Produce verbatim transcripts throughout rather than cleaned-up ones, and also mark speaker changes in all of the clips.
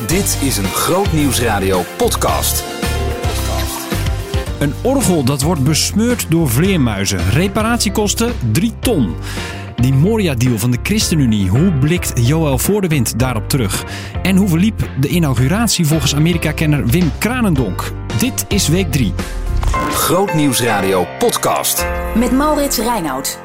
Speaker 1: Dit is een Groot Nieuwsradio podcast.
Speaker 2: Een orgel dat wordt besmeurd door vleermuizen. Reparatiekosten drie ton. Die Moria-deal van de ChristenUnie. Hoe blikt Joël Voordewind daarop terug? En hoe verliep de inauguratie volgens Amerika-kenner Wim Kranendonk? Dit is week drie.
Speaker 1: Groot Nieuwsradio podcast.
Speaker 3: Met Maurits Reinoud.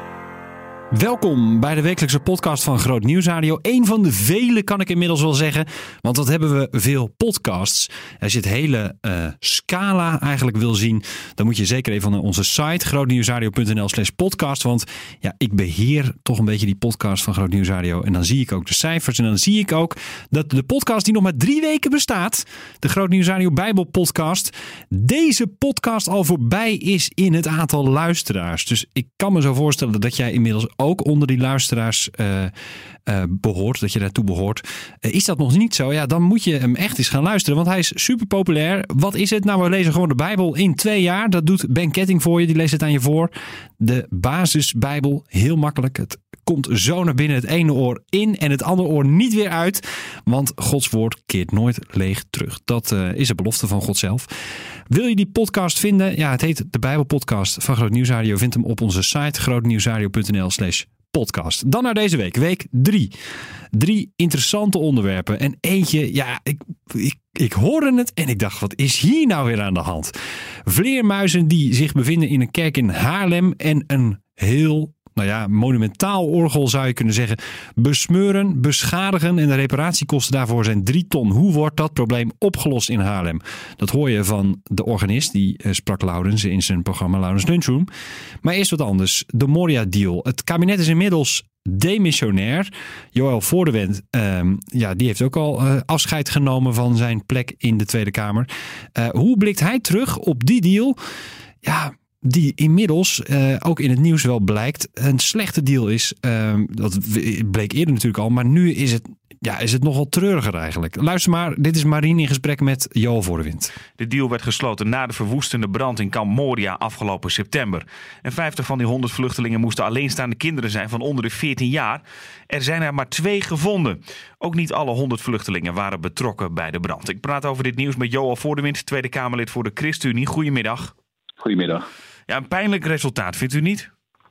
Speaker 2: Welkom bij de wekelijkse podcast van Groot Nieuwsradio. Eén van de vele, kan ik inmiddels wel zeggen. Want wat hebben we veel podcasts. Als je het hele uh, scala eigenlijk wil zien, dan moet je zeker even naar onze site grootnieuwsradio.nl slash podcast. Want ja, ik beheer toch een beetje die podcast van Groot Nieuwsradio. En dan zie ik ook de cijfers. En dan zie ik ook dat de podcast die nog maar drie weken bestaat, de Groot Nieuwsradio Bijbelpodcast, deze podcast al voorbij is in het aantal luisteraars. Dus ik kan me zo voorstellen dat jij inmiddels ook onder die luisteraars uh, uh, behoort, dat je daartoe behoort. Uh, is dat nog niet zo? Ja, dan moet je hem echt eens gaan luisteren, want hij is super populair. Wat is het? Nou, we lezen gewoon de Bijbel in twee jaar. Dat doet Ben Ketting voor je, die leest het aan je voor. De basisbijbel, heel makkelijk. Het komt zo naar binnen, het ene oor in en het andere oor niet weer uit. Want Gods woord keert nooit leeg terug. Dat uh, is een belofte van God zelf. Wil je die podcast vinden? Ja, het heet de Bijbelpodcast van Groot Nieuwsradio. Vind hem op onze site grootnieuwsradio.nl slash podcast. Dan naar deze week, week drie. Drie interessante onderwerpen. En eentje, ja, ik, ik, ik hoorde het en ik dacht, wat is hier nou weer aan de hand? Vleermuizen die zich bevinden in een kerk in Haarlem en een heel nou ja, monumentaal orgel zou je kunnen zeggen, besmeuren, beschadigen en de reparatiekosten daarvoor zijn drie ton. Hoe wordt dat probleem opgelost in Haarlem? Dat hoor je van de organist, die uh, sprak Laurens in zijn programma Laurens Lunchroom. Maar eerst wat anders, de Moria-deal. Het kabinet is inmiddels demissionair. Joël Voordewind, uh, ja, die heeft ook al uh, afscheid genomen van zijn plek in de Tweede Kamer. Uh, hoe blikt hij terug op die deal? Ja, die inmiddels, uh, ook in het nieuws wel blijkt, een slechte deal is. Uh, dat bleek eerder natuurlijk al, maar nu is het, ja, is het nogal treuriger eigenlijk. Luister maar, dit is Marien in gesprek met Joël Voordewind.
Speaker 4: De deal werd gesloten na de verwoestende brand in kamp Moria afgelopen september. En vijftig van die honderd vluchtelingen moesten alleenstaande kinderen zijn van onder de veertien jaar. Er zijn er maar twee gevonden. Ook niet alle honderd vluchtelingen waren betrokken bij de brand. Ik praat over dit nieuws met Joël Voordewind, Tweede Kamerlid voor de ChristenUnie. Goedemiddag.
Speaker 5: Goedemiddag.
Speaker 4: Ja, een pijnlijk resultaat, vindt u niet?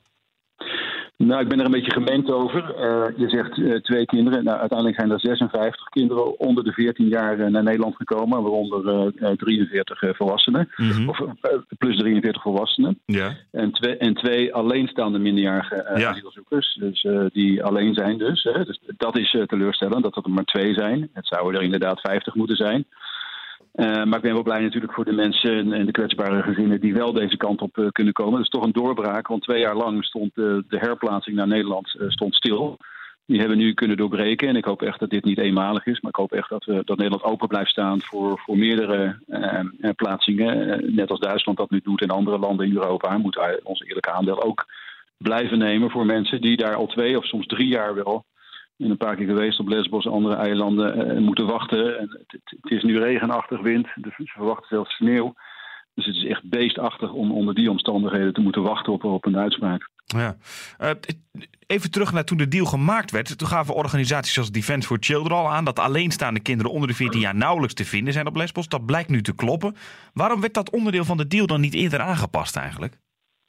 Speaker 5: Nou, ik ben er een beetje gemengd over. Uh, je zegt uh, twee kinderen. Nou, uiteindelijk zijn er zesenvijftig kinderen onder de veertien jaar uh, naar Nederland gekomen. Waaronder uh, drieënveertig uh, volwassenen. Mm-hmm. Of uh, plus drieënveertig volwassenen. Ja. En, twee, en twee alleenstaande minderjarige uh, ja. asielzoekers. Dus uh, die alleen zijn dus. Hè. Dus dat is uh, teleurstellend, dat er maar twee zijn. Het zouden er inderdaad vijftig moeten zijn. Uh, maar ik ben wel blij natuurlijk voor de mensen en de kwetsbare gezinnen die wel deze kant op uh, kunnen komen. Dat is toch een doorbraak, want twee jaar lang stond uh, de herplaatsing naar Nederland uh, stond stil. Die hebben we nu kunnen doorbreken en ik hoop echt dat dit niet eenmalig is. Maar ik hoop echt dat, we, dat Nederland open blijft staan voor, voor meerdere uh, plaatsingen. Uh, net als Duitsland dat nu doet en andere landen in Europa. We moeten ons eerlijke aandeel ook blijven nemen voor mensen die daar al twee of soms drie jaar wel en een paar keer geweest op Lesbos en andere eilanden uh, moeten wachten. En het, het is nu regenachtig, wind, dus ze verwachten zelfs sneeuw. Dus het is echt beestachtig om onder die omstandigheden te moeten wachten op, op een uitspraak.
Speaker 4: Ja. Uh, even terug naar toen de deal gemaakt werd. Toen gaven organisaties als Defence for Children al aan dat alleenstaande kinderen onder de veertien jaar nauwelijks te vinden zijn op Lesbos. Dat blijkt nu te kloppen. Waarom werd dat onderdeel van de deal dan niet eerder aangepast eigenlijk?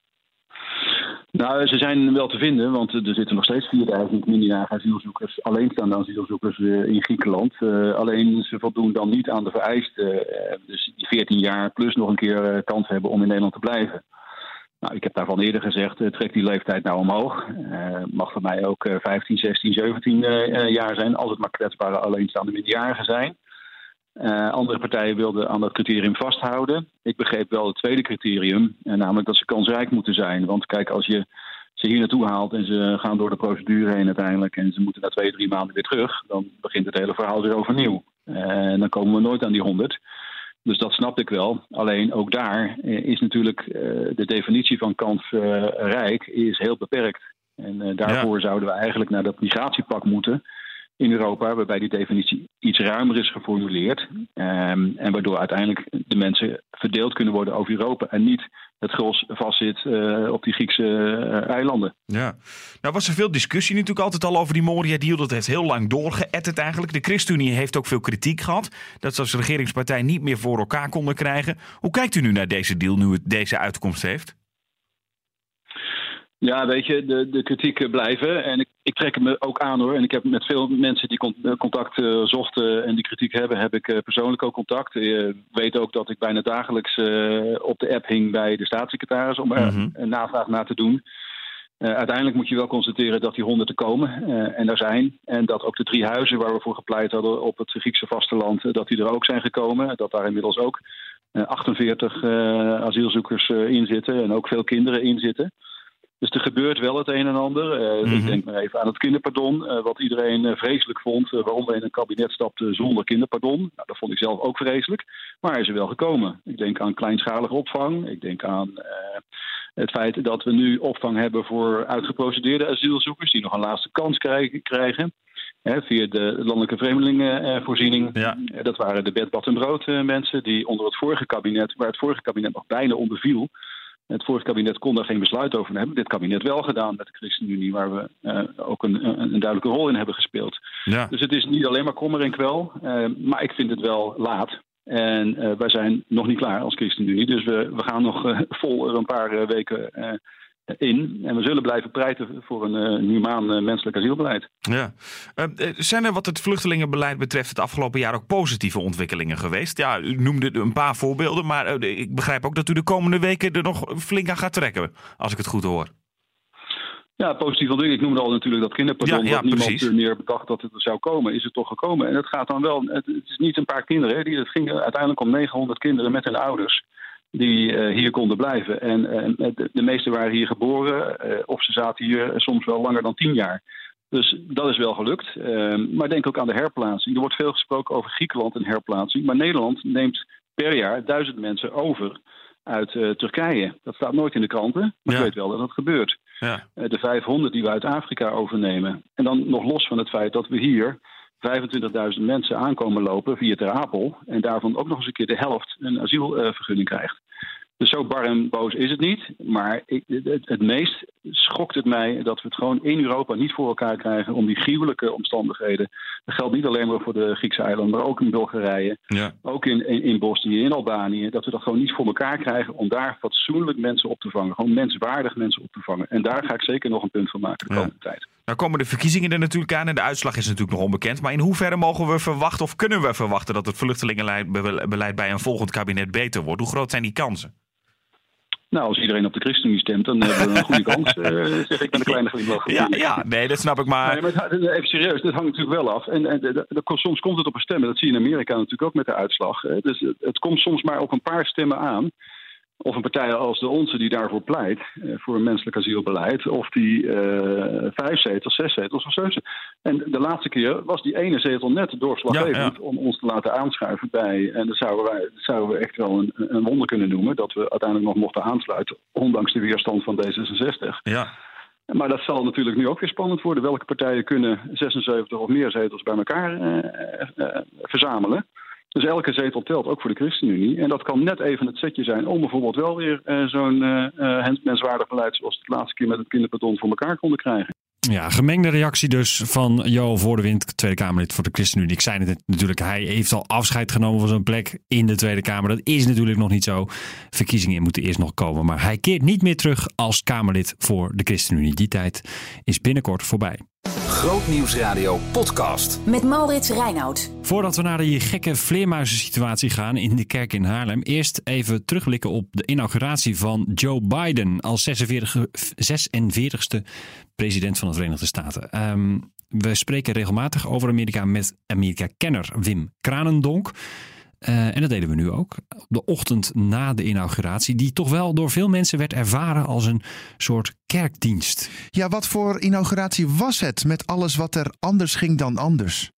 Speaker 5: Nou, ze zijn wel te vinden, want er zitten nog steeds vierduizend minderjarige asielzoekers, alleenstaande asielzoekers uh, in Griekenland. Uh, alleen ze voldoen dan niet aan de vereisten. Uh, dus die veertien jaar plus nog een keer uh, kans hebben om in Nederland te blijven. Nou, ik heb daarvan eerder gezegd, uh, trek die leeftijd nou omhoog. Uh, mag voor mij ook uh, vijftien, zestien, zeventien uh, jaar zijn, als het maar kwetsbare alleenstaande minderjarigen zijn. Uh, andere partijen wilden aan dat criterium vasthouden. Ik begreep wel het tweede criterium, uh, namelijk dat ze kansrijk moeten zijn. Want kijk, als je ze hier naartoe haalt en ze gaan door de procedure heen uiteindelijk en ze moeten na twee, drie maanden weer terug, dan begint het hele verhaal weer overnieuw. Uh, en dan komen we nooit aan die honderd. Dus dat snap ik wel. Alleen ook daar uh, is natuurlijk uh, de definitie van kansrijk uh, is heel beperkt. En uh, daarvoor ja. zouden we eigenlijk naar dat migratiepak moeten. in Europa, waarbij die definitie iets ruimer is geformuleerd. Um, en waardoor uiteindelijk de mensen verdeeld kunnen worden over Europa en niet het gros vastzit uh, op die Griekse uh, eilanden.
Speaker 4: Ja, nou was er veel discussie natuurlijk altijd al over die Moria-deal. Dat heeft heel lang doorgeëtterd eigenlijk. De ChristenUnie heeft ook veel kritiek gehad. Dat ze als regeringspartij niet meer voor elkaar konden krijgen. Hoe kijkt u nu naar deze deal, nu het deze uitkomst heeft?
Speaker 5: Ja, weet je, de, de kritiek blijven. En ik, ik trek me ook aan hoor. En ik heb met veel mensen die contact uh, zochten en die kritiek hebben, heb ik uh, persoonlijk ook contact. Ik uh, weet ook dat ik bijna dagelijks uh, op de app hing bij de staatssecretaris om er mm-hmm. een navraag naar te doen. Uh, uiteindelijk moet je wel constateren dat die honderden komen uh, en er zijn. En dat ook de drie huizen waar we voor gepleit hadden op het Griekse vasteland, uh, dat die er ook zijn gekomen. Dat daar inmiddels ook uh, achtenveertig uh, asielzoekers uh, in zitten en ook veel kinderen in zitten. Dus er gebeurt wel het een en ander. Uh, mm-hmm. Ik denk maar even aan het kinderpardon, uh, wat iedereen uh, vreselijk vond. Uh, waarom we in een kabinet stapten zonder kinderpardon. Nou, dat vond ik zelf ook vreselijk. Maar hij is er wel gekomen. Ik denk aan kleinschalige opvang. Ik denk aan uh, het feit dat we nu opvang hebben voor uitgeprocedeerde asielzoekers die nog een laatste kans krijgen. krijgen. Hè, via de landelijke vreemdelingenvoorziening. Ja. Uh, dat waren de bed, bad en brood uh, mensen die onder het vorige kabinet, waar het vorige kabinet nog bijna onder viel. Het vorige kabinet kon daar geen besluit over nemen. Dit kabinet wel gedaan met de ChristenUnie, waar we uh, ook een, een, een duidelijke rol in hebben gespeeld. Ja. Dus het is niet alleen maar kommer en kwel, uh, maar ik vind het wel laat. En uh, wij zijn nog niet klaar als ChristenUnie, dus we, we gaan nog uh, vol er een paar uh, weken uh, in. En we zullen blijven pleiten voor een uh, humaan uh, menselijk asielbeleid.
Speaker 4: Ja. Uh, zijn er wat het vluchtelingenbeleid betreft het afgelopen jaar ook positieve ontwikkelingen geweest? Ja, u noemde een paar voorbeelden, maar uh, ik begrijp ook dat u de komende weken er nog flink aan gaat trekken, als ik het goed hoor.
Speaker 5: Ja, positief ontwikkeling. Ik noemde al natuurlijk dat kinderpardon.
Speaker 4: Ja, ja,
Speaker 5: dat niemand meer bedacht dat het er zou komen. Is het toch gekomen? En het gaat dan wel. Het is niet een paar kinderen. Hè. Het ging uiteindelijk om negenhonderd kinderen met hun ouders die uh, hier konden blijven. En uh, de, de meeste waren hier geboren. Uh, of ze zaten hier soms wel langer dan tien jaar. Dus dat is wel gelukt. Uh, maar denk ook aan de herplaatsing. Er wordt veel gesproken over Griekenland en herplaatsing. Maar Nederland neemt per jaar duizend mensen over uit uh, Turkije. Dat staat nooit in de kranten. Maar ja. Ik weet wel dat dat gebeurt. Ja. Uh, de vijfhonderd die we uit Afrika overnemen. En dan nog los van het feit dat we hier vijfentwintigduizend mensen aankomen lopen via Ter Apel. En daarvan ook nog eens een keer de helft een asielvergunning uh, krijgt. Dus zo bar en boos is het niet. Maar ik, het, het meest schokt het mij dat we het gewoon in Europa niet voor elkaar krijgen om die gruwelijke omstandigheden. Dat geldt niet alleen maar voor de Griekse eilanden, maar ook in Bulgarije. Ja. Ook in, in, in Bosnië, in Albanië. Dat we dat gewoon niet voor elkaar krijgen om daar fatsoenlijk mensen op te vangen. Gewoon menswaardig mensen op te vangen. En daar ga ik zeker nog een punt van maken de komende ja. tijd.
Speaker 4: Nou komen de verkiezingen er natuurlijk aan en de uitslag is natuurlijk nog onbekend. Maar in hoeverre mogen we verwachten of kunnen we verwachten dat het vluchtelingenbeleid bij een volgend kabinet beter wordt? Hoe groot zijn die kansen?
Speaker 5: Nou, als iedereen op de ChristenUnie stemt, dan hebben we een goede kans, uh, zeg ik met een kleine glimlach.
Speaker 4: Ja, ja, nee, dat snap ik maar.
Speaker 5: Nee, maar het, even serieus, dat hangt natuurlijk wel af. En, en de, de, soms komt het op een stemmen, dat zie je in Amerika natuurlijk ook met de uitslag. Dus het, het komt soms maar op een paar stemmen aan. Of een partij als de onze die daarvoor pleit, uh, voor een menselijk asielbeleid. Of die uh, vijf zetels, zes zetels of zeven. En de laatste keer was die ene zetel net doorslaggevend ja, ja. om ons te laten aanschuiven bij. En dat zouden, wij, dat zouden we echt wel een, een wonder kunnen noemen. Dat we uiteindelijk nog mochten aansluiten, ondanks de weerstand van D zesenzestig. Ja. Maar dat zal natuurlijk nu ook weer spannend worden. Welke partijen kunnen zesenzeventig of meer zetels bij elkaar uh, uh, verzamelen? Dus elke zetel telt ook voor de ChristenUnie. En dat kan net even het setje zijn om bijvoorbeeld wel weer uh, zo'n uh, menswaardig beleid zoals we het laatste keer met het kinderpardon voor elkaar konden krijgen.
Speaker 2: Ja, gemengde reactie dus van Johan Voordewind, Tweede Kamerlid voor de ChristenUnie. Ik zei het natuurlijk, hij heeft al afscheid genomen van zijn plek in de Tweede Kamer. Dat is natuurlijk nog niet zo. Verkiezingen moeten eerst nog komen. Maar hij keert niet meer terug als Kamerlid voor de ChristenUnie. Die tijd is binnenkort voorbij.
Speaker 1: Grootnieuwsradio podcast.
Speaker 3: Met Maurits Reinoud.
Speaker 2: Voordat we naar die gekke vleermuizensituatie gaan in de kerk in Haarlem, eerst even terugblikken op de inauguratie van Joe Biden als zesenveertigste president van de Verenigde Staten. Um, we spreken regelmatig over Amerika met Amerika-kenner Wim Kranendonk. Uh, en dat deden we nu ook. Op de ochtend na de inauguratie, die toch wel door veel mensen werd ervaren als een soort kerkdienst.
Speaker 6: Ja, wat voor inauguratie was het met alles wat er anders ging dan anders?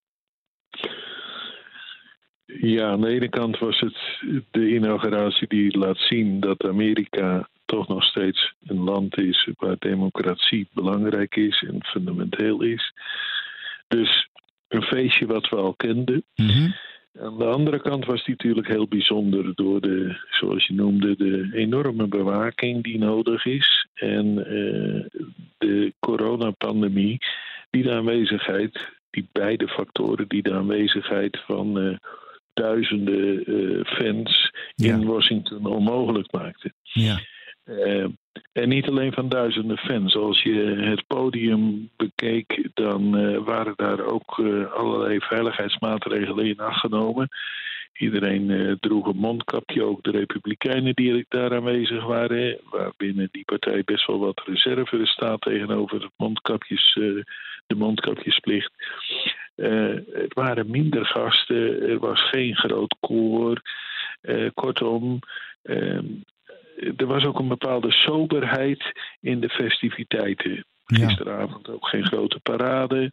Speaker 7: Ja, aan de ene kant was het de inauguratie die laat zien dat Amerika toch nog steeds een land is waar democratie belangrijk is en fundamenteel is. Dus een feestje wat we al kenden.
Speaker 6: Mm-hmm.
Speaker 7: Aan de andere kant was die natuurlijk heel bijzonder door de, zoals je noemde, de enorme bewaking die nodig is. En uh, de coronapandemie, die de aanwezigheid, die beide factoren, die de aanwezigheid van uh, duizenden uh, fans
Speaker 6: ja.
Speaker 7: in Washington onmogelijk maakte.
Speaker 6: Ja.
Speaker 7: Uh, en niet alleen van duizenden fans. Als je het podium bekeek, dan uh, waren daar ook uh, allerlei veiligheidsmaatregelen in acht genomen. Iedereen uh, droeg een mondkapje, ook de Republikeinen die daar aanwezig waren. Waar binnen die partij best wel wat reserve staat tegenover het mondkapjes, uh, de mondkapjesplicht. Uh, het waren minder gasten, er was geen groot koor. Uh, kortom... Uh, Er was ook een bepaalde soberheid in de festiviteiten.
Speaker 6: Ja.
Speaker 7: Gisteravond ook geen grote parade.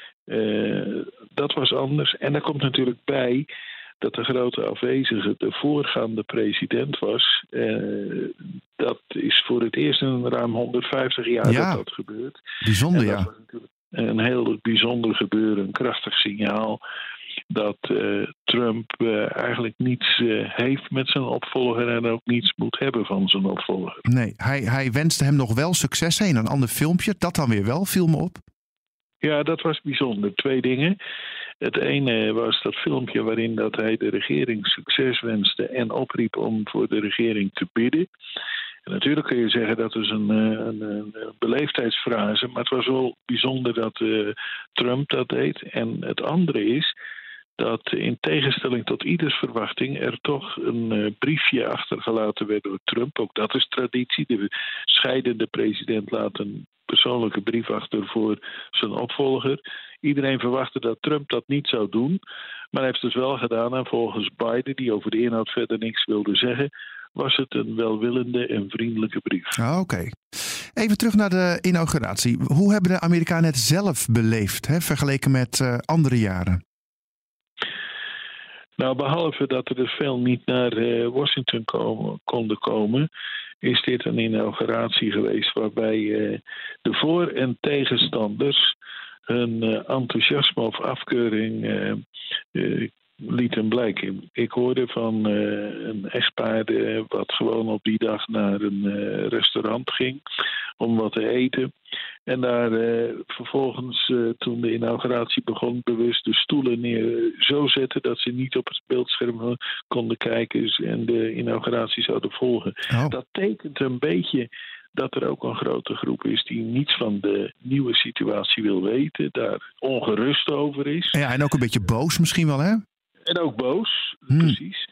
Speaker 7: Uh, dat was anders. En daar komt natuurlijk bij dat de grote afwezige de voorgaande president was. Uh, dat is voor het eerst in ruim honderdvijftig jaar
Speaker 6: ja.
Speaker 7: dat dat gebeurt.
Speaker 6: Bijzonder,
Speaker 7: en dat
Speaker 6: ja.
Speaker 7: was natuurlijk een heel bijzonder gebeuren, een krachtig signaal dat uh, Trump uh, eigenlijk niets uh, heeft met zijn opvolger en ook niets moet hebben van zijn opvolger.
Speaker 6: Nee, hij, hij wenste hem nog wel succes in een ander filmpje. Dat dan weer wel, viel me op.
Speaker 7: Ja, dat was bijzonder. Twee dingen. Het ene was dat filmpje waarin dat hij de regering succes wenste en opriep om voor de regering te bidden. En natuurlijk kun je zeggen dat is een, een, een beleefdheidsfrase, maar het was wel bijzonder dat uh, Trump dat deed. En het andere is dat in tegenstelling tot ieders verwachting er toch een uh, briefje achtergelaten werd door Trump. Ook dat is traditie. De scheidende president laat een persoonlijke brief achter voor zijn opvolger. Iedereen verwachtte dat Trump dat niet zou doen, maar hij heeft het wel gedaan. En volgens Biden, die over de inhoud verder niks wilde zeggen, was het een welwillende en vriendelijke brief.
Speaker 6: Ah, Oké. Okay. Even terug naar de inauguratie. Hoe hebben de Amerikanen het zelf beleefd, hè, vergeleken met uh, andere jaren?
Speaker 7: Nou, behalve dat er dus veel niet naar uh, Washington komen, konden komen, is dit een inauguratie geweest waarbij uh, de voor- en tegenstanders hun uh, enthousiasme of afkeuring uh, uh, lieten blijken. Ik hoorde van uh, een echtpaar uh, wat gewoon op die dag naar een uh, restaurant ging om wat te eten. En daar uh, vervolgens, uh, toen de inauguratie begon, bewust de stoelen neer zo zetten dat ze niet op het beeldscherm konden kijken en de inauguratie zouden volgen.
Speaker 6: Oh.
Speaker 7: Dat tekent een beetje dat er ook een grote groep is die niets van de nieuwe situatie wil weten, daar ongerust over is.
Speaker 6: Ja, en ook een beetje boos misschien wel, hè?
Speaker 7: En ook boos,
Speaker 6: hmm.
Speaker 7: precies.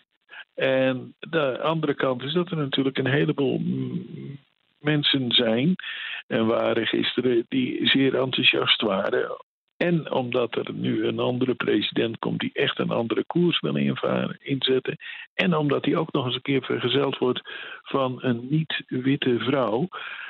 Speaker 7: En de andere kant is dat er natuurlijk een heleboel m- mensen zijn en waren gisteren die zeer enthousiast waren. En omdat er nu een andere president komt die echt een andere koers wil invaren, inzetten. En omdat hij ook nog eens een keer vergezeld wordt van een niet-witte vrouw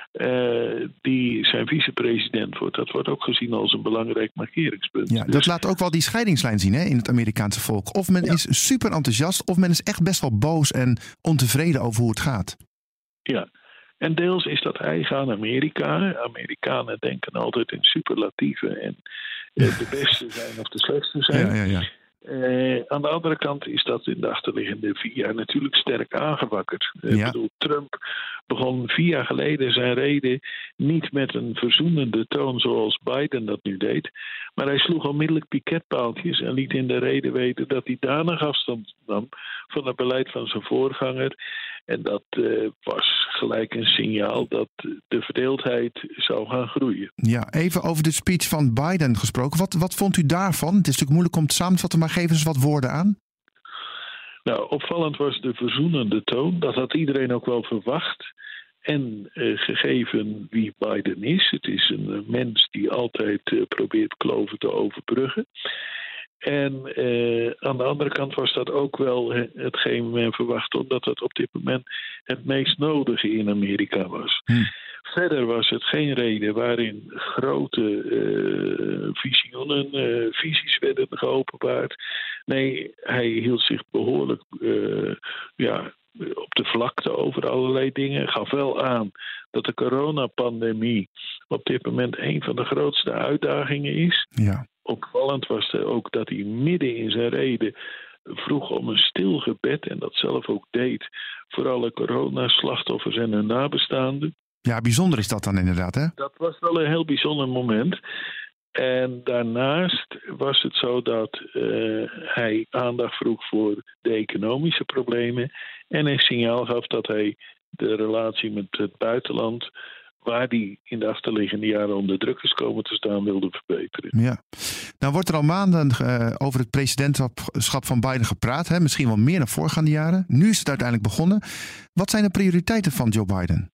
Speaker 7: Uh, die zijn vicepresident wordt. Dat wordt ook gezien als een belangrijk markeringspunt.
Speaker 6: Ja, dat dus laat ook wel die scheidingslijn zien, hè, in het Amerikaanse volk. Of men ja. is super enthousiast, of men is echt best wel boos en ontevreden over hoe het gaat.
Speaker 7: Ja, en deels is dat eigen aan Amerika. Amerikanen denken altijd in superlatieven en uh, de beste zijn of de slechtste zijn.
Speaker 6: Ja, ja, ja.
Speaker 7: Uh, aan de andere kant is dat in de achterliggende vier jaar natuurlijk sterk aangewakkerd. Uh, ja. Ik bedoel, Trump begon vier jaar geleden zijn rede niet met een verzoenende toon zoals Biden dat nu deed. Maar hij sloeg onmiddellijk piketpaaltjes en liet in de rede weten dat hij danig afstand nam van het beleid van zijn voorganger. En dat uh, was gelijk een signaal dat de verdeeldheid zou gaan groeien.
Speaker 6: Ja, even over de speech van Biden gesproken. Wat, wat vond u daarvan? Het is natuurlijk moeilijk om te samen te vatten, maar geef eens wat woorden aan.
Speaker 7: Nou, opvallend was de verzoenende toon. Dat had iedereen ook wel verwacht. En uh, gegeven wie Biden is. Het is een uh, mens die altijd uh, probeert kloven te overbruggen. En uh, aan de andere kant was dat ook wel hetgeen men verwachtte, omdat dat op dit moment het meest nodige in Amerika was.
Speaker 6: Hm.
Speaker 7: Verder was het geen reden waarin grote uh, visioenen, uh, visies werden geopenbaard. Nee, hij hield zich behoorlijk uh, ja, op de vlakte over allerlei dingen. Gaf wel aan dat de coronapandemie op dit moment een van de grootste uitdagingen is.
Speaker 6: Ja.
Speaker 7: opvallend was ook dat hij midden in zijn reden vroeg om een stil gebed en dat zelf ook deed voor alle coronaslachtoffers en hun nabestaanden.
Speaker 6: Ja, bijzonder is dat dan inderdaad, hè?
Speaker 7: Dat was wel een heel bijzonder moment. En daarnaast was het zo dat uh, hij aandacht vroeg voor de economische problemen en een signaal gaf dat hij de relatie met het buitenland, waar die in de achterliggende jaren onder druk is komen te staan, wilde verbeteren.
Speaker 6: Ja. Nou wordt er al maanden uh, over het presidentschap van Biden gepraat. Hè? Misschien wel meer dan voorgaande jaren. Nu is het uiteindelijk begonnen. Wat zijn de prioriteiten van Joe Biden?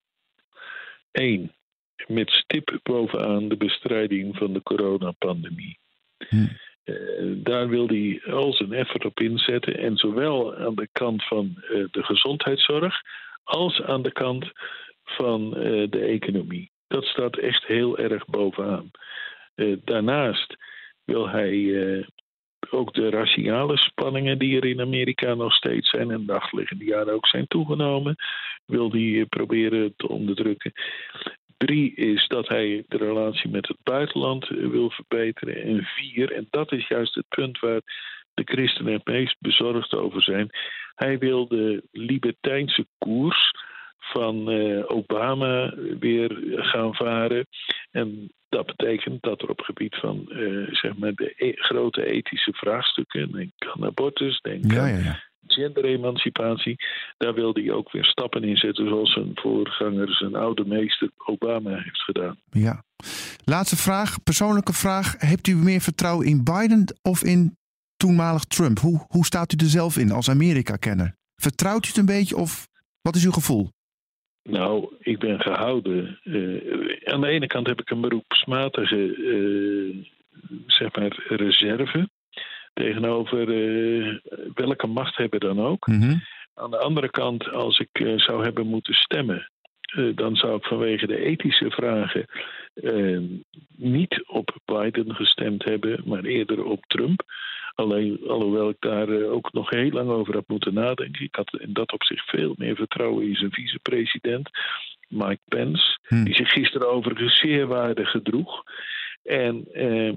Speaker 7: Eén, met stip bovenaan de bestrijding van de coronapandemie. Hm. Uh, daar wil hij al zijn effort op inzetten. En zowel aan de kant van uh, de gezondheidszorg als aan de kant van uh, de economie. Dat staat echt heel erg bovenaan. Uh, daarnaast wil hij uh, ook de raciale spanningen die er in Amerika nog steeds zijn en de achterliggende jaren ook zijn toegenomen, wil hij uh, proberen te onderdrukken. Drie is dat hij de relatie met het buitenland uh, wil verbeteren. En vier, en dat is juist het punt waar de christenen het meest bezorgd over zijn, hij wil de libertijnse koers van uh, Obama weer gaan varen. En dat betekent dat er op gebied van uh, zeg maar de e- grote ethische vraagstukken, denk aan abortus, denk
Speaker 6: ja,
Speaker 7: aan
Speaker 6: ja, ja.
Speaker 7: genderemancipatie, daar wil hij ook weer stappen in zetten zoals zijn voorganger, zijn oude meester Obama heeft gedaan.
Speaker 6: Ja. Laatste vraag, persoonlijke vraag. Hebt u meer vertrouwen in Biden of in toenmalig Trump? Hoe, hoe staat u er zelf in als Amerika-kenner? Vertrouwt u het een beetje of wat is uw gevoel?
Speaker 7: Nou, ik ben gehouden. Uh, aan de ene kant heb ik een beroepsmatige uh, zeg maar reserve tegenover uh, welke machthebber dan ook. Mm-hmm. Aan de andere kant, als ik uh, zou hebben moeten stemmen, uh, dan zou ik vanwege de ethische vragen uh, niet op Biden gestemd hebben, maar eerder op Trump. Alleen, alhoewel ik daar uh, ook nog heel lang over heb moeten nadenken. Ik had in dat opzicht veel meer vertrouwen in zijn vicepresident, Mike Pence, hmm. die zich gisteren overigens zeer waardig gedroeg. En uh,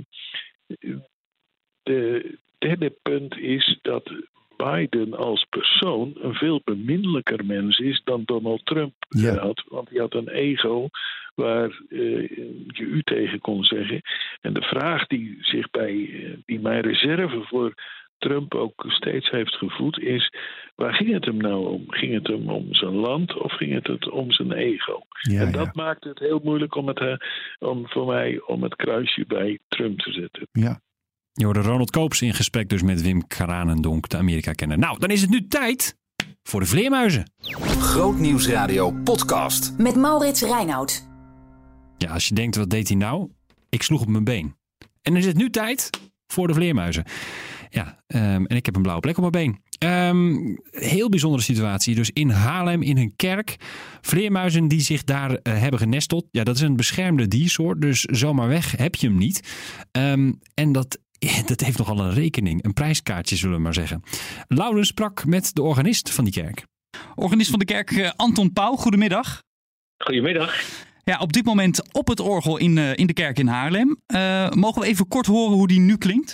Speaker 7: de derde punt is dat Biden als persoon een veel beminnelijker mens is dan Donald Trump ja. had. Want hij had een ego waar uh, je u tegen kon zeggen. En de vraag die zich bij uh, die mijn reserve voor Trump ook steeds heeft gevoed is, waar ging het hem nou om? Ging het hem om zijn land of ging het, het om zijn ego? Ja, en dat ja. maakt het heel moeilijk om, het, uh, om voor mij om het kruisje bij Trump te zetten.
Speaker 6: Ja.
Speaker 2: Je hoorde Ronald Koops in gesprek dus met Wim Kranendonk, de Amerika-kenner. Nou, dan is het nu tijd voor de vleermuizen.
Speaker 1: Grootnieuwsradio podcast.
Speaker 3: Met Maurits Reinoud.
Speaker 2: Ja, als je denkt, wat deed hij nou? Ik sloeg op mijn been. En dan is het nu tijd voor de vleermuizen. Ja, um, en ik heb een blauwe plek op mijn been. Um, heel bijzondere situatie. Dus in Haarlem, in een kerk. Vleermuizen die zich daar uh, hebben genesteld. Ja, dat is een beschermde diersoort. Dus zomaar weg heb je hem niet. Um, en dat, dat heeft nogal een rekening. Een prijskaartje, zullen we maar zeggen. Laurens sprak met de organist van die kerk.
Speaker 8: Organist van de kerk, uh, Anton Pauw. Goedemiddag.
Speaker 9: Goedemiddag.
Speaker 8: Ja, op dit moment op het orgel in, uh, in de kerk in Haarlem. Uh, mogen we even kort horen hoe die nu klinkt?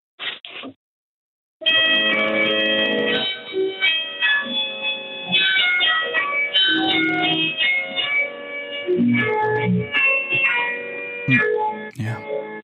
Speaker 8: Hm. Ja.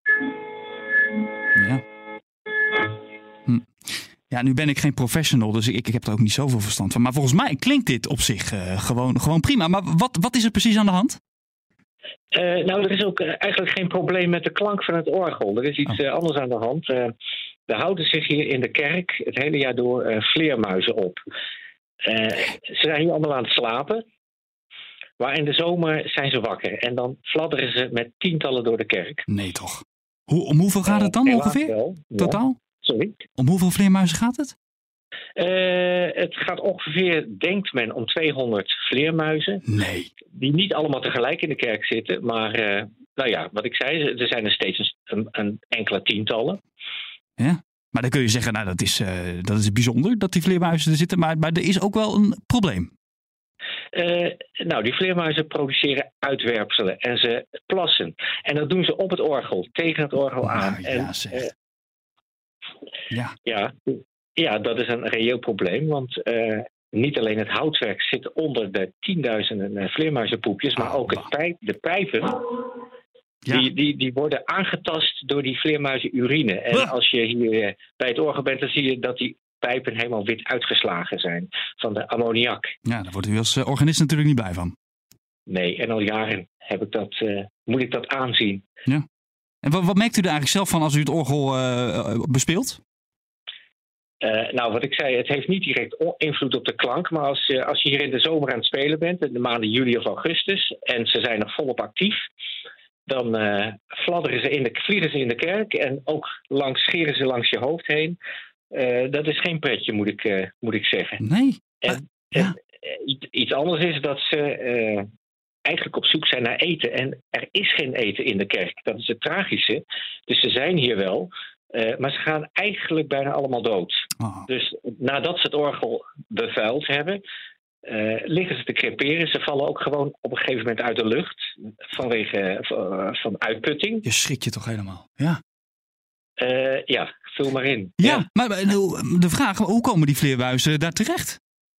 Speaker 8: Ja. Hm. Ja, nu ben ik geen professional, dus ik, ik heb er ook niet zoveel verstand van. Maar volgens mij klinkt dit op zich uh, gewoon, gewoon prima. Maar wat, wat is er precies aan de hand?
Speaker 9: Uh, nou, er is ook uh, eigenlijk geen probleem met de klank van het orgel. Er is iets uh, anders aan de hand. Uh, er houden zich hier in de kerk het hele jaar door uh, vleermuizen op. Uh, ze zijn hier allemaal aan het slapen. Maar in de zomer zijn ze wakker. En dan fladderen ze met tientallen door de kerk.
Speaker 8: Nee toch? Hoe, om hoeveel gaat het dan uh, ongeveer? Wel, totaal?
Speaker 9: Ja. Sorry?
Speaker 8: Om hoeveel vleermuizen gaat het?
Speaker 9: Uh, het gaat ongeveer, denkt men, om tweehonderd vleermuizen.
Speaker 8: Nee.
Speaker 9: Die niet allemaal tegelijk in de kerk zitten. Maar uh, nou ja, wat ik zei, er zijn er steeds een, een enkele tientallen.
Speaker 8: Ja, maar dan kun je zeggen, nou dat is, uh, dat is bijzonder dat die vleermuizen er zitten. Maar, maar er is ook wel een probleem.
Speaker 9: Uh, nou, die vleermuizen produceren uitwerpselen en ze plassen. En dat doen ze op het orgel, tegen het orgel aan.
Speaker 8: Nou, ja,
Speaker 9: en,
Speaker 8: zeg.
Speaker 9: Uh,
Speaker 8: ja.
Speaker 9: Ja, ja, dat is een reëel probleem, want uh, niet alleen het houtwerk zit onder de tienduizenden vleermuizenpoepjes, maar ook het pijp, de pijpen, ja. die, die, die worden aangetast door die vleermuizenurine. En ja. als je hier bij het orgel bent, dan zie je dat die pijpen helemaal wit uitgeslagen zijn van de ammoniak.
Speaker 8: Ja, daar wordt u als organist natuurlijk niet blij van.
Speaker 9: Nee, en al jaren heb ik dat, uh, moet ik dat aanzien.
Speaker 8: Ja. En wat, wat merkt u er eigenlijk zelf van als u het orgel uh, bespeelt?
Speaker 9: Uh, nou, wat ik zei, het heeft niet direct invloed op de klank. Maar als, uh, als je hier in de zomer aan het spelen bent, in de maanden juli of augustus, en ze zijn nog volop actief, dan uh, fladderen ze in de, vliegen ze in de kerk en ook langs, scheren ze langs je hoofd heen. Uh, dat is geen pretje, moet ik, uh, moet ik zeggen.
Speaker 8: Nee.
Speaker 9: En,
Speaker 8: uh, ja.
Speaker 9: en, iets, iets anders is dat ze uh, eigenlijk op zoek zijn naar eten. En er is geen eten in de kerk. Dat is het tragische. Dus ze zijn hier wel. Uh, maar ze gaan eigenlijk bijna allemaal dood. Oh. Dus nadat ze het orgel bevuild hebben, uh, liggen ze te creperen. Ze vallen ook gewoon op een gegeven moment uit de lucht vanwege uh, van uitputting.
Speaker 8: Je schrik je toch helemaal? Ja.
Speaker 9: Uh, ja, vul maar in.
Speaker 8: Ja,
Speaker 9: ja.
Speaker 8: maar de vraag, hoe komen die vleermuizen daar terecht?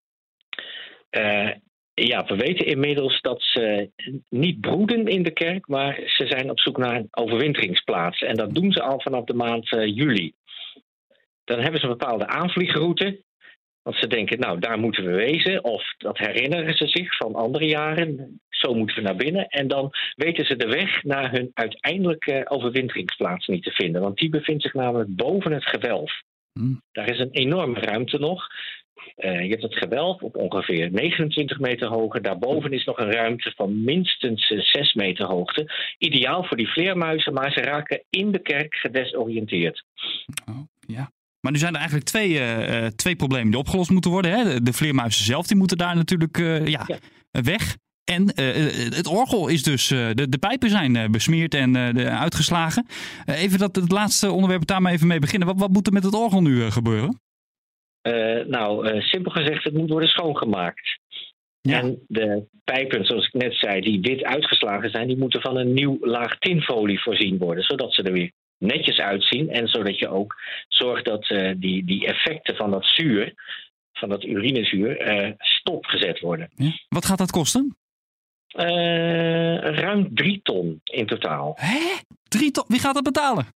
Speaker 9: Uh, ja, we weten inmiddels dat ze niet broeden in de kerk, maar ze zijn op zoek naar een overwinteringsplaats. En dat doen ze al vanaf de maand uh, juli. Dan hebben ze een bepaalde aanvliegroute. Want ze denken, nou, daar moeten we wezen. Of dat herinneren ze zich van andere jaren. Zo moeten we naar binnen. En dan weten ze de weg naar hun uiteindelijke overwinteringsplaats niet te vinden. Want die bevindt zich namelijk boven het gewelf. Hmm. Daar is een enorme ruimte nog. Uh, je hebt het gewelf op ongeveer negenentwintig meter hoogte. Daarboven is nog een ruimte van minstens uh, zes meter hoogte. Ideaal voor die vleermuizen, maar ze raken in de kerk gedesoriënteerd.
Speaker 8: Oh, ja. Maar nu zijn er eigenlijk twee, uh, twee problemen die opgelost moeten worden. Hè? De, de vleermuizen zelf die moeten daar natuurlijk uh, ja, ja. weg. En uh, het orgel is dus, uh, de, de pijpen zijn uh, besmeerd en uh, de, uitgeslagen. Uh, even dat het laatste onderwerp daar maar even mee beginnen. Wat, wat moet er met het orgel nu uh, gebeuren?
Speaker 9: Uh, nou, uh, simpel gezegd, het moet worden schoongemaakt. Ja. En de pijpen, zoals ik net zei, die wit uitgeslagen zijn, die moeten van een nieuw laag tinfolie voorzien worden. Zodat ze er weer netjes uitzien. En zodat je ook zorgt dat uh, die, die effecten van dat zuur, van dat urinezuur, uh, stopgezet worden.
Speaker 8: Ja. Wat gaat dat kosten?
Speaker 9: Uh, ruim drie ton in totaal.
Speaker 8: Hé? Drie ton? Wie gaat dat betalen?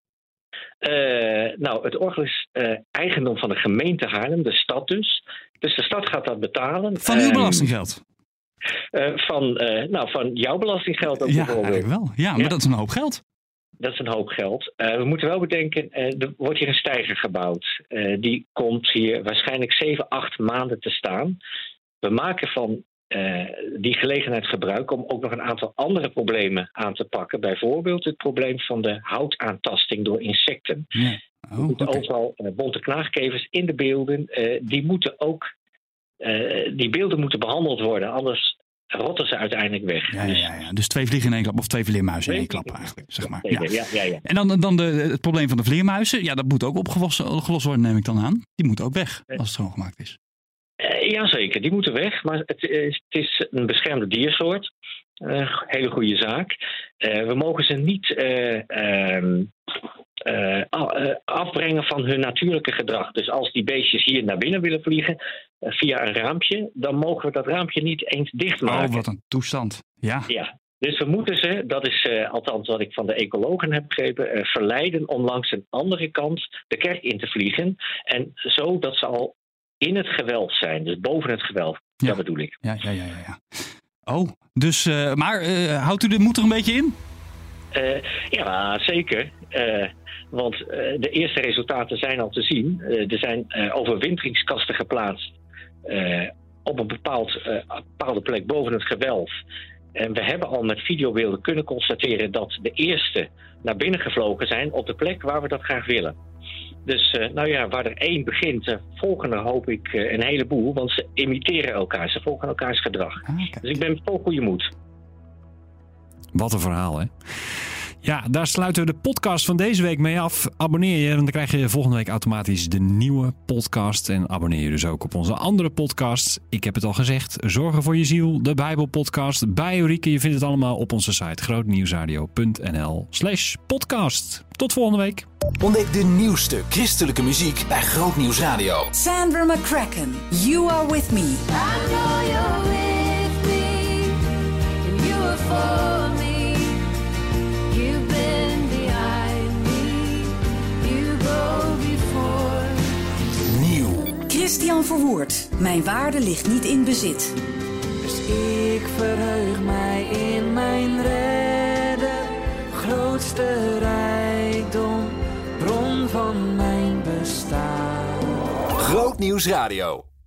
Speaker 9: Uh, nou, het orgel is uh, eigendom van de gemeente Haarlem, de stad dus. Dus de stad gaat dat betalen.
Speaker 8: Van uw um, belastinggeld?
Speaker 9: Uh, van, uh, nou, van jouw belastinggeld ook
Speaker 8: ja,
Speaker 9: bijvoorbeeld.
Speaker 8: Eigenlijk wel. Ja, maar ja. dat is een hoop geld.
Speaker 9: Dat is een hoop geld. Uh, we moeten wel bedenken, uh, er wordt hier een steiger gebouwd. Uh, die komt hier waarschijnlijk zeven, acht maanden te staan. We maken van uh, die gelegenheid gebruik om ook nog een aantal andere problemen aan te pakken. Bijvoorbeeld het probleem van de houtaantasting door insecten. Ja. Oh, er moeten okay. overal uh, bonte knaagkevers in de beelden. Uh, die moeten ook, uh, die beelden moeten behandeld worden, anders rotten ze uiteindelijk weg.
Speaker 8: Ja, ja, ja, ja. Dus twee vliegen in één klap, of twee vleermuizen in één klap eigenlijk, zeg maar. Ja.
Speaker 9: Ja, ja, ja.
Speaker 8: En dan, dan de, het probleem van de vleermuizen. Ja, dat moet ook opgelost worden, neem ik dan aan. Die moeten ook weg, als het schoongemaakt is.
Speaker 9: Uh, Jazeker, die moeten weg. Maar het is, het is een beschermde diersoort. Uh, hele goede zaak. Uh, we mogen ze niet uh, uh, uh, afbrengen van hun natuurlijke gedrag. Dus als die beestjes hier naar binnen willen vliegen uh, via een raampje, dan mogen we dat raampje niet eens dichtmaken.
Speaker 8: Oh, wat een toestand. Ja.
Speaker 9: Ja. Dus we moeten ze, dat is uh, althans wat ik van de ecologen heb begrepen, uh, verleiden om langs een andere kant de kerk in te vliegen. En zo dat ze al in het gewelf zijn, dus boven het gewelf. Ja. Dat bedoel ik.
Speaker 8: Ja, ja, ja, ja. ja. Oh, dus, uh, maar uh, houdt u de moed er een beetje in?
Speaker 9: Uh, ja, zeker. Uh, want uh, de eerste resultaten zijn al te zien. Uh, er zijn uh, overwinteringskasten geplaatst uh, op een bepaald, uh, bepaalde plek boven het gewelf. En we hebben al met videobeelden kunnen constateren dat de eerste naar binnen gevlogen zijn op de plek waar we dat graag willen. Dus uh, nou ja, waar er één begint, uh, volgen er hoop ik uh, een heleboel. Want ze imiteren elkaar, ze volgen elkaars gedrag. Ah, dus ik ben vol goede moed.
Speaker 2: Wat een verhaal, hè? Ja, daar sluiten we de podcast van deze week mee af. Abonneer je, want dan krijg je volgende week automatisch de nieuwe podcast. En abonneer je dus ook op onze andere podcasts. Ik heb het al gezegd, Zorgen voor je ziel, de Bijbelpodcast, bij Ulrike. Je vindt het allemaal op onze site grootnieuwsradio.nl slash podcast. Tot volgende week.
Speaker 1: Ontdek de nieuwste christelijke muziek bij Groot Nieuws Radio.
Speaker 3: Sandra McCracken, You Are With Me.
Speaker 10: I know you're with me, and you are for me. You've been behind me, you go before.
Speaker 1: Nieuw.
Speaker 3: Christian Verwoerd, Mijn waarde ligt niet in bezit.
Speaker 10: Dus ik verheug mij in mijn redder, grootste rijkdom, bron van mijn bestaan.
Speaker 1: Groot Nieuws Radio.